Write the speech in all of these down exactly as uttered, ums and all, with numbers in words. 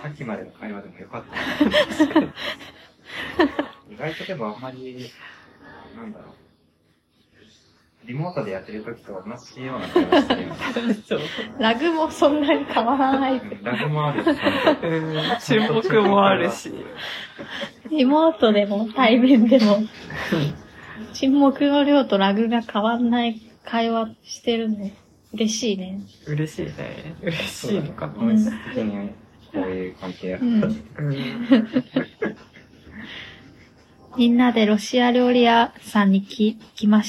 さっきまでの会話でもよかった。意外とでもあんまり、なんだろう。リモートでやってる時と同じような会話してるよね。 そう。ラグもそんなに変わらない。 ラグもあるし、 沈黙もあるし。リモートでも対面でも、沈黙の量とラグが変わらない会話してるの。嬉しいね。 嬉しいね。嬉しいのかな。 本質的にこういう関係やった。 うんうん、みんなでロシア料理屋さんに来来ました。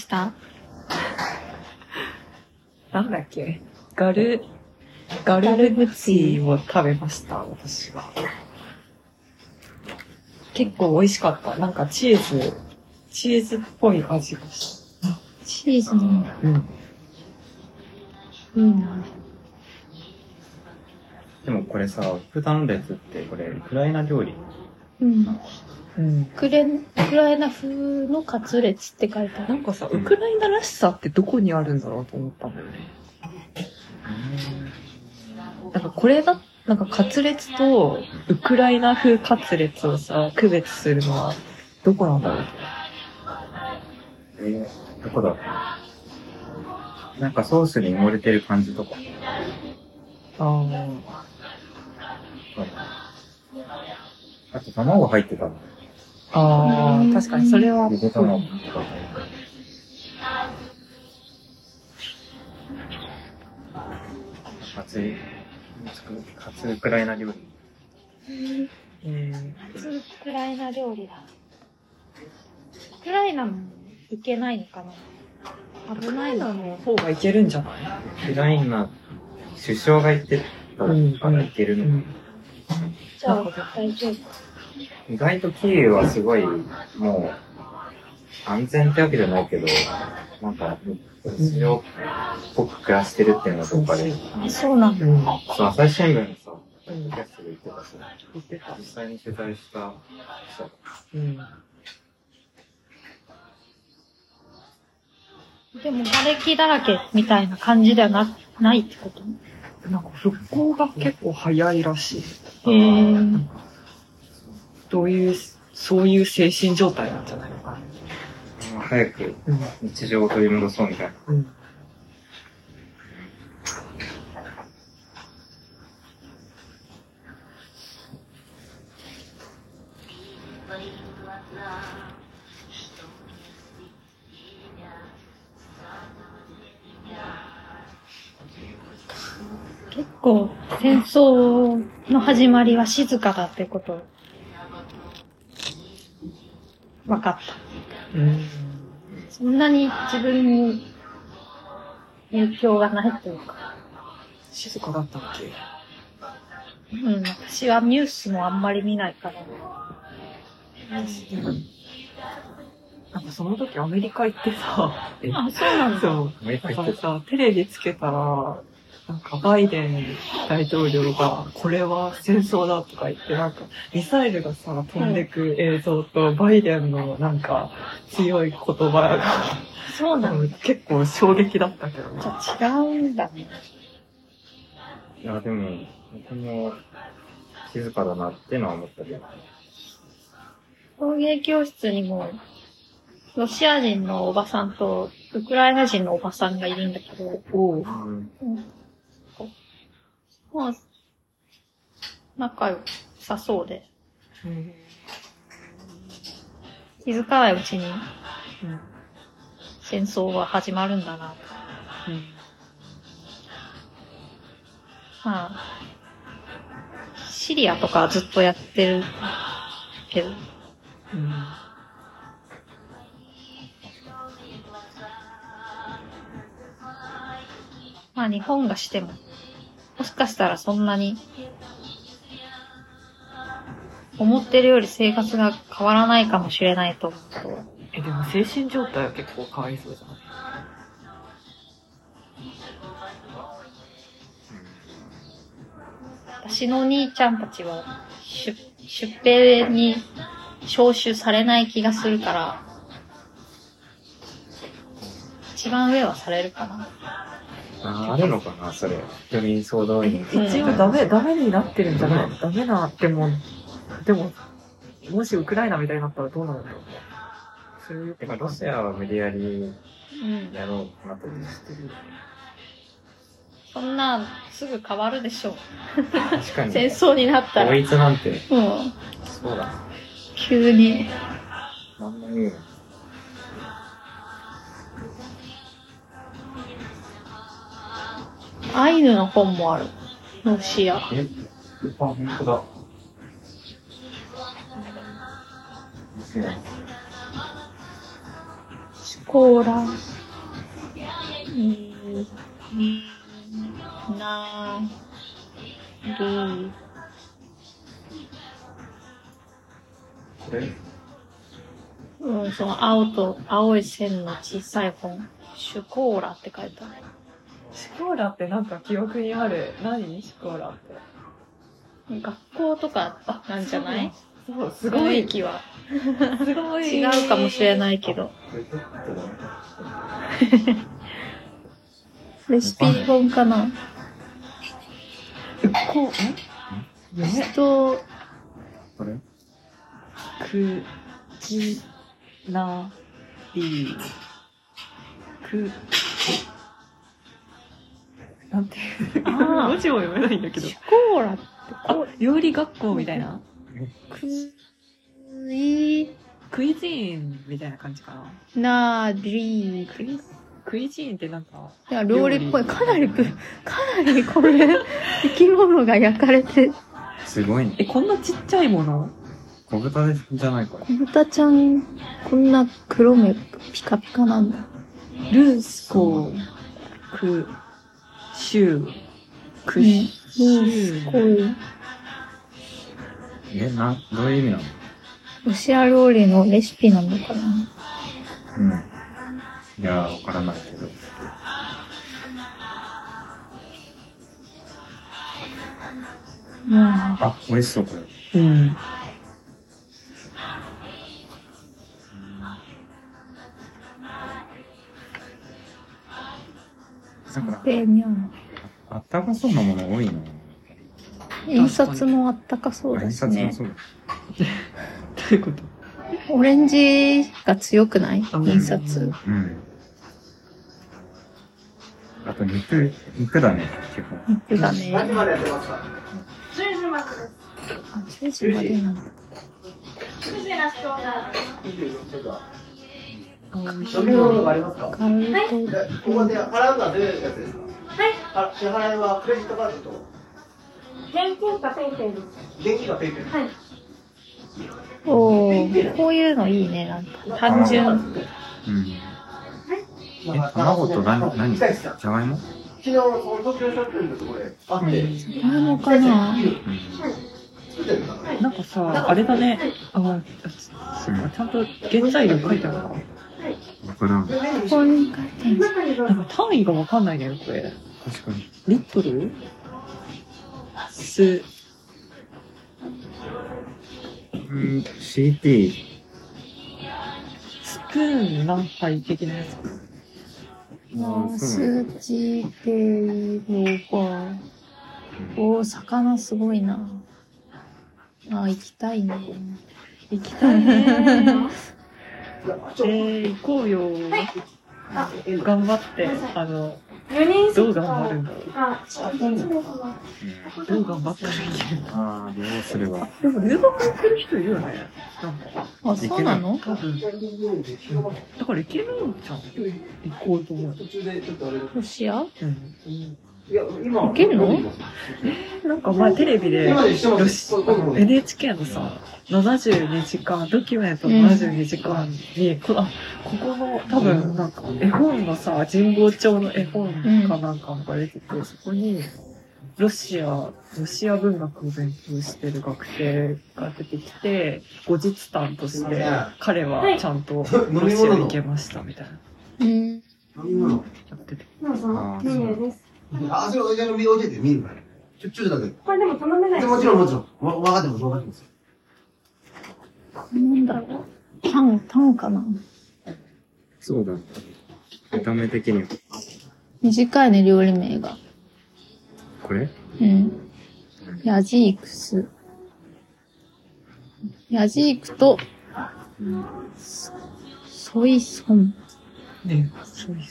なんだっけガル、ガルブツィを食べました、私は。結構美味しかった。なんかチーズ、チーズっぽい味がした。 チーズの。うん。いいな。 でもこれさ、普段列ってこれ、ウクライナ料理。 うん。 うん、 ウクライナ風のカツレツって書いてある。 なんかさ、ウクライナらしさってどこにあるんだろうと思ったんだよね。なんかこれだ、なんかカツレツとウクライナ風カツレツをさ、区別するのはどこなんだろう。 えー、どこだろう。なんかソースに埋もれてる感じとか。 ああ。 あと卵入ってたの。 ああ、確かにそれは。 ゆで卵。カツ、カツウクライナ料理。 えー、カツウクライナ料理だ。ウクライナもいけないのかな。危ないのの方がいけるんじゃない？ ウクライナ首相が言ってたからいけるの。うんうん、 じゃあ大丈夫。 意外とキーウはすごい、もう、安全ってわけじゃないけど、なんか、日常っぽく暮らしてるっていうのがどっかで。 あ、そうなんだ。 そう、朝日新聞のさ、ポッドキャストで言ってたし、 言ってた。 実際に取材した人。 うん。 でも、瓦礫だらけみたいな感じではな、ないってこと？ なんか復興が結構早いらしい。 へー。 どういう、そういう精神状態なんじゃないのかな。 早く日常を取り戻そうみたいな。うん、 結構戦争の始まりは静かだってこと分かった。うん、そんなに自分に影響がないっていうか。 静かだったっけ？うん、私はニュースもあんまり見ないから。 うん、なんかその時アメリカ行ってさ、 あ、そうなんだ。 そう。だからさ、テレビつけたら、なんかバイデン大統領がこれは戦争だとか言ってなんかミサイルがさ飛んでく映像とバイデンのなんか強い言葉がそうなの結構衝撃だったけどね。 じゃあ違うんだね。 いやでも僕も静かだなってのは思ったけど。 陶芸教室にもロシア人のおばさんとウクライナ人のおばさんがいるんだけど。おう。うんまあ、仲良さそうで。うん、気づかないうちに、うん、戦争は始まるんだなと。うん、まあ、シリアとかずっとやってるけど。うん、まあ日本がしても。もしかしたらそんなに思ってるより生活が変わらないかもしれないと思うと。 え、でも精神状態は結構かわいそうじゃない？ 私のお兄ちゃんたちは出、出兵に招集されない気がするから、一番上はされるかな。 あ、あるのかな、それ。市民総動員。 一応ダメ、ダメになってるんじゃないダメなっても、でも、もしウクライナみたいになったらどうなるんだろう。そういう。 てか、ロシアは無理やりやろうかなと思って。 そんな、すぐ変わるでしょう。 確かに。 戦争になったら。 統一なんて。 うん。 そうだ。 急に。 なんも言うの。 アイヌの本もある。ロシア。 えあ、ほんとだ。 シコーラ。に、に、な、り。 これうん、その青と、青い線の小さい本。シュコーラって書いてある。 シコーラってなんか記憶にある。何シコーラって。 学校とかなんじゃない？ そう、すごい。 雰囲気は。 すごい。 違うかもしれないけど。レシピ本かな？ こう、ん人、 これく、じ、な、り、く、なんていうあー文字も読めないんだけど。 シコーラってこあ、料理学校みたいな。 う、くい、 クイジーンみたいな感じかな。 なり。 クイ、クイジーンってなんか。 いや、料理っぽい。かなりぶ、かなりこれ、生き物が焼かれて。 すごいね。 え、こんなちっちゃいもの小豚じゃないこれ。 小豚ちゃん、こんな黒目ピカピカなんだ。 ルースコー、ク、シュー、クうんシすュごい。 え、な、どういう意味なの？ ロシア料理のレシピなのかな？ うん。いやー、わからないけど。 うん。 あ、美味しそう、これ。 うん。 だから、 ペーニャン。 あったかそうなもの多いな。 印刷もあったかそうですね印。刷もそう。 どういうことオレンジが強くない？ あ印刷。 うん。あと肉、肉だね、基本。 肉だね。 何時までやってますか？ あ、じゅうじまでなんだ。 飲み物がありますか？ 買うと、 ここで払うのはどういうやつですか？はい。支払いはクレジットカードと現金かペイペイです。 現金がペイペイ。 はい。 おー、こういうのいいね、なんか。単純。 うん。え、卵と何、何じゃがいも？ 昨日、その東京ショッピングのところであって、 これもかな？ うん。 作ってるんだからね。 なんかさ、あれだね。あ、そうか、ちゃんと原材料書いてあるな。 わからん。 ここに書いてある。 中にどうぞ。 なんか単位がわかんないね、これ。 確かに。 リットルス、 うん、シーティー。 スプーン何杯的なやつ。 あー、数値でいいのか。おー、魚すごいな。あー、行きたいね。 行きたいね。えー、行こうよ。 あ、 頑張って、あの、 よにんどう頑張るんだろう。 あ、失礼します。 どう頑張ったらいけるああ、どうすれば。 でも留学行ってる人いるよね。なんか、 あ、そうなの？ 多分。だから行けるんじゃん。行こうと思う。 途中でちょっとあれだロシア？ うん。 いや、今いけるの？ なんか前テレビで、 今でしてますロシあの エヌエイチケー のさ、ななじゅうにじかん、ドキュメントななじゅうにじかんに、こあ、ここの多分なんか絵本のさ、神保町の絵本かなんかが出てて、そこに、ロシア、ロシア文学を勉強してる学生が出てきて、後日談として、彼はちゃんとロシア行けましたみたいな。 うん。 飲み物。 やってて。 どうぞ、メニューです。 あ、それお茶の見置いてて見るから。ちょ、ちょっとだけ。 これでも頼めないです。 もちろんもちろん。わ、わかってます、わかってます。 なんだろう。タン、タンかな？ そうだ。見た目的には。 短いね、料理名が。 これうん。ヤジークス。ヤジークと、ソイソン。 ね、そうです。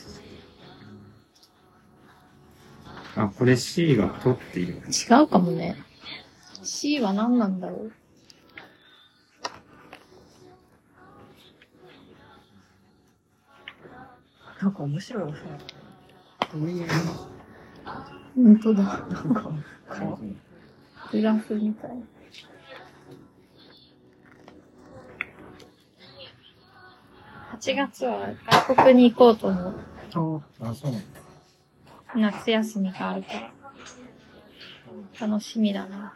あ、これ C がとっている。 違うかもね。C は何なんだろう。 なんか面白いおさ。どういうほんとだ。 なんか、 グラフみたい。はちがつは外国に行こうと思う。 あ、そうなんだ。 夏休みがあるから。楽しみだな。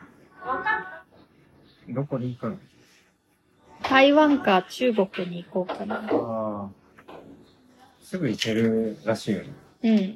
どこに行くの？ 台湾か中国に行こうかな。 ああ。すぐ行けるらしいよね。 うん。や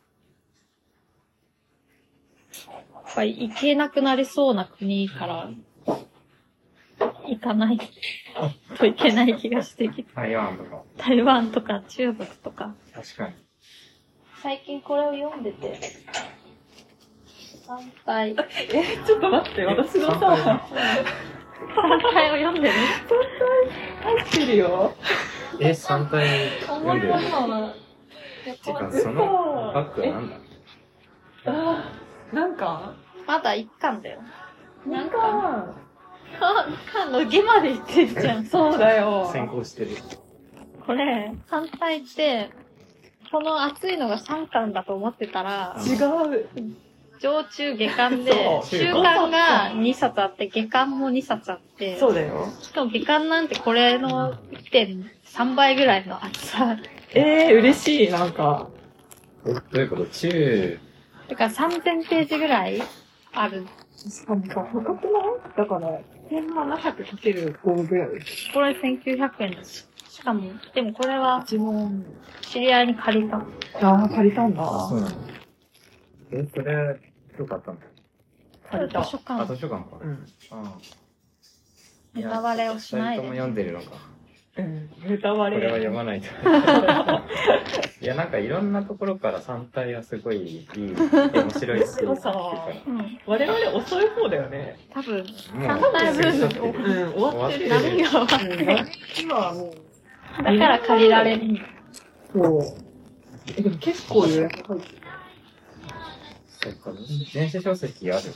っぱり行けなくなりそうな国から行かないといけない気がしてきて。 台湾とか。 台湾とか中国とか。 確かに。 最近これを読んでて。三体。 え、ちょっと待って、私のさ、 三体を読んでる。 入ってるよ。 え、三体読んでるの？ な。 てか、そのバッグはなんだ？ あー、なんかまだ一巻だよ。 なんか、 あ、巻の下まで行ってるじゃん。 そうだよ。 先行してる。 これ、三体って、この厚いのがさんかんだと思ってたら、 違う。 上中下巻で、 そう中巻がにさつあって、下巻もにさつあって、 そうだよ。 しかも下巻なんてこれの いってんさん 倍ぐらいの厚さ。 えー、嬉しい、なんか。 え、どういうこと？中、 だからさんぜんページぐらいある。 しかもさ、高くない？だから、せんななひゃくかけるごぐらいです。 これせんきゅうひゃくえんです。しかも、でもこれは一問。 知り合いに借りた。 あー、借りたんだ。 そうなの。え、それ、どう買ったの？ 借りた。 図書あ、 館。 図書館か。 うん。 あネタバレをしないで。 二人とも読んでるのか。 うん。ネタバレ。 これは読まないと。いや、なんかいろんなところから三体はすごいいい、面白いし。 でもさうん。 我々遅い方だよね。 多分、 もう三体分終わってるうん、終わってる。 終わってる何が終わってる。 今はもう、 だから借りられる。 そう。え、でも結構予約入ってる。 そっか、電子書籍あるか。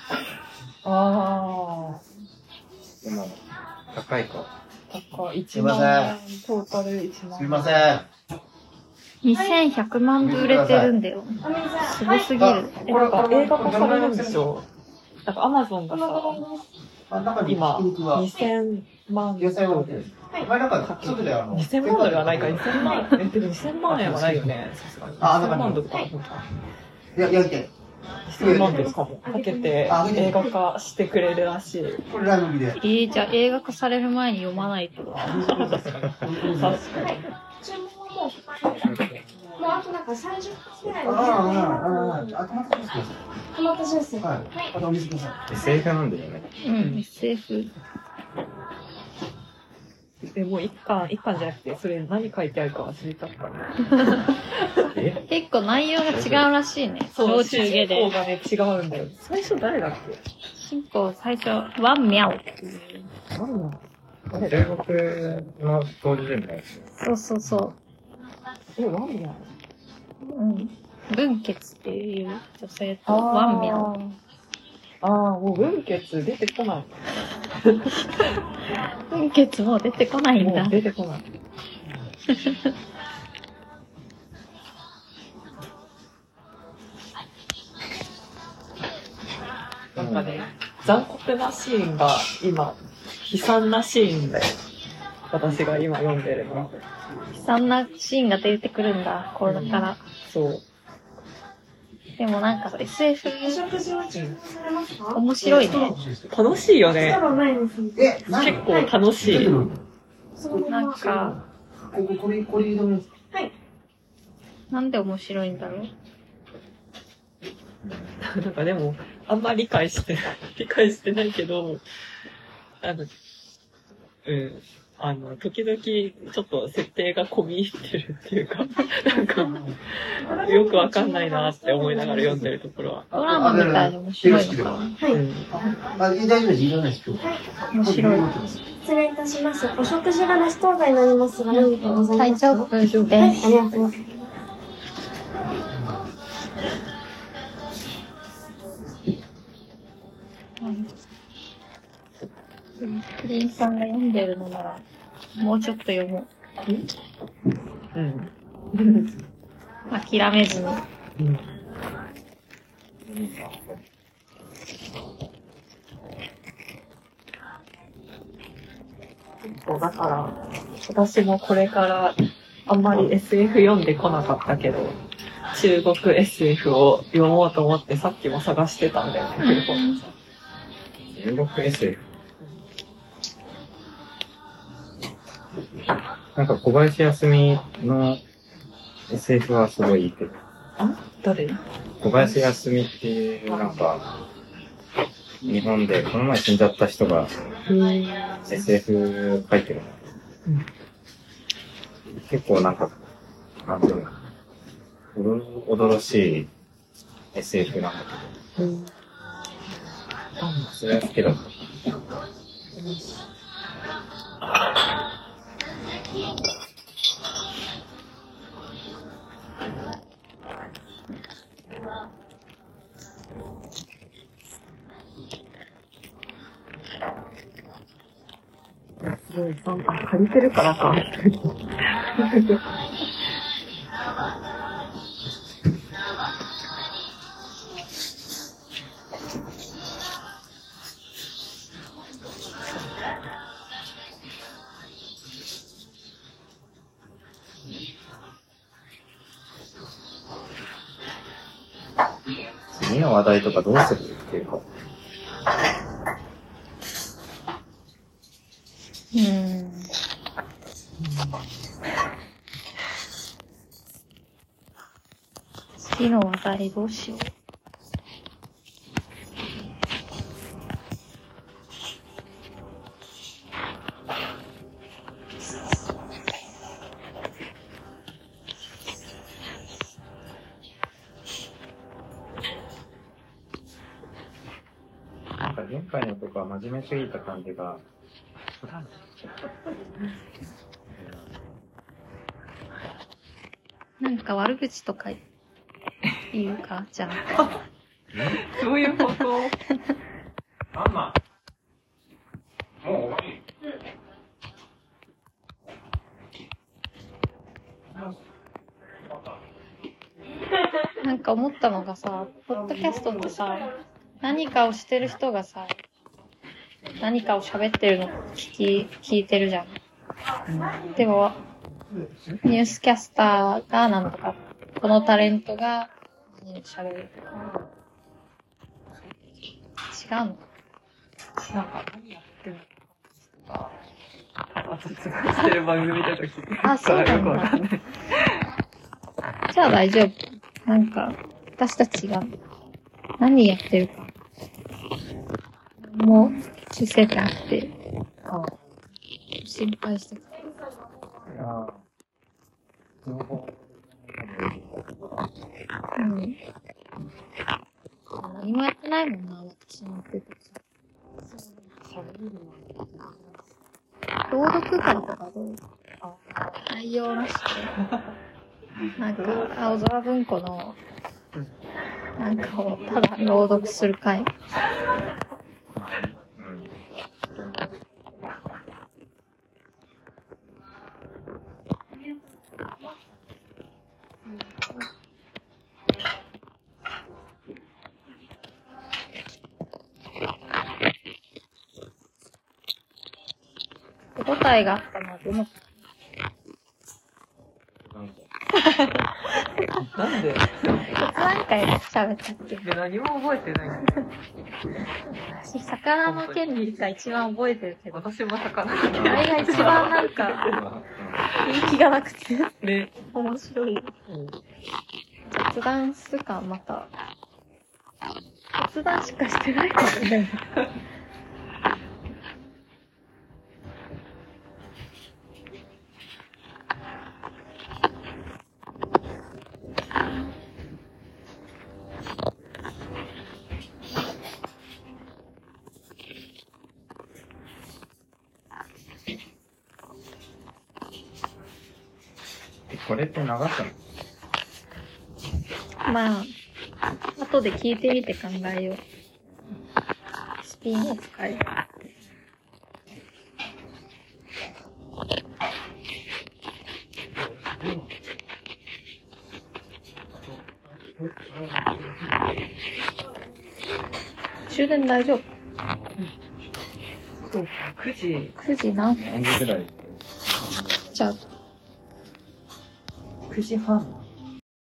あでも、高いか。 ー、高い。いちすいままんせん円。トータルいちまん円。 すみません。 にせんひゃくまん部売れてるんだよ。すごすぎる。 え、なんか映画化されるんでしょ？なんかアマゾンがさ、 あ、中に今、 ひき肉はにせんまん。 野菜は売ってるんです。前なんか、外であの、 にせんまんドルはないか、にせんまん。え、でもにせんまん円はないよね。さすがに。 あにせんまんドルか。 いや、焼いて。 にせんまんドルかも。かけて映画化してくれるらしい。 これライ麦で。 えー、じゃあ映画化される前に読まないと。 確かに。 注文はもう、もうあとなんかさんじゅっぷんくらいで。 ああ、ああ、あ、トマトジュースくださトマトジュース。 い。はい。あとお水ください。 エスエフなんだよね。 うん、エスエフ。 え、もう一巻、一巻じゃなくて、それ何書いてあるか忘れちゃった。 え結構内容が違うらしいね。上中下主人公で。 がね、違うんだよ。最初誰だっけ？ 進行最初、ワンミャオっていう。 何だあれ中国の登場人物ですよ。 そうそうそえ、ワンミャう。うん。文傑っていう女性とワンミャオ。 ああ、もう文傑出てこない。 文傑もう出てこないんだもう。出てこない。なんかね、残酷なシーンが今、悲惨なシーンで、私が今読んでるの。 悲惨なシーンが出てくるんだ、これから。 そう。 でもなんか エスエフお食事は注文されますか？ 面白いね。 楽しいよねスト。ローないです。 え、 結構楽しい。 そのままなんか、 ここ、これ、これ入れます。 なんで面白いんだろう。 なんかでも、あんま理解してない、理解してないけど、あの、うん、 あの、時々ちょっと設定が込み入ってるっていうか、なんか、よくわかんないなって思いながら読んでるところは。 ドラマみたいで面白いのかな。 はい。あ、大丈夫です。いらないです。 面白い。 失礼いたします。お食事がラストオーダーになりますが、何かございますか？ 大丈夫です。 はい、ありがとうございます。 キリンさんが読んでるのなら、もうちょっと読もう。 うん。 諦めずに。 うんそうだから、私もこれからあんまり エスエフ 読んでこなかったけど、中国 エスエフ を読もうと思ってさっきも探してたんだよね、古本さ。 中国 エスエフ。なんか小林康美の エスエフ はすごいいいけど。 あ、誰？ 小林康美っていうなんか、日本でこの前死んじゃった人が エスエフ 書いてるの。 うん、 結構なんか、なんていうの、おどろしい エスエフ なんだけど。うん、それは好きだった。 すごい、そんな借りてるからか。 次の話題とかどうするっていうか。 うーん。次の話題どうしよう。 なんか前回のとか真面目すぎた感じが。 なんか悪口とか言うかじゃあ。 どういうこと？ ママ。もう終わり。 なんか思ったのがさ、ポッドキャストってさ、何かをしてる人がさ、何かを喋ってるの聞き、聞いてるじゃん。でも、ニュースキャスターがなんとか、このタレントが何を喋るとか。違うの？ なんか何やってるのか。あ、雑談してる番組だと聞くからあ、そうなんだ。 よくわかんない。 じゃあ大丈夫。なんか、私たちが何やってるか。もう、知せてなくて、心配してた。 ああ。情報。 うん。何もやってないもんな、私のってたさ。朗読会とかどう？内容なしで。なんか、青空文庫の、なんかをただ朗読する会。手応えがあったのはどのなんで？ 何回喋ったっけ？ で何も覚えてない。 私、魚の権利が一番覚えてるけど、 私も魚あれが一番なんか、人気がなくて、 ね。 面白い。雑談するか、また。雑談しかしてないかもね。 これって流したの？ まあ、後で聞いてみて考えよう。スピンオフ会。終電大丈夫？ そうか、くじ。 くじな。 何時ぐらい？ じゃあ、 くじはん。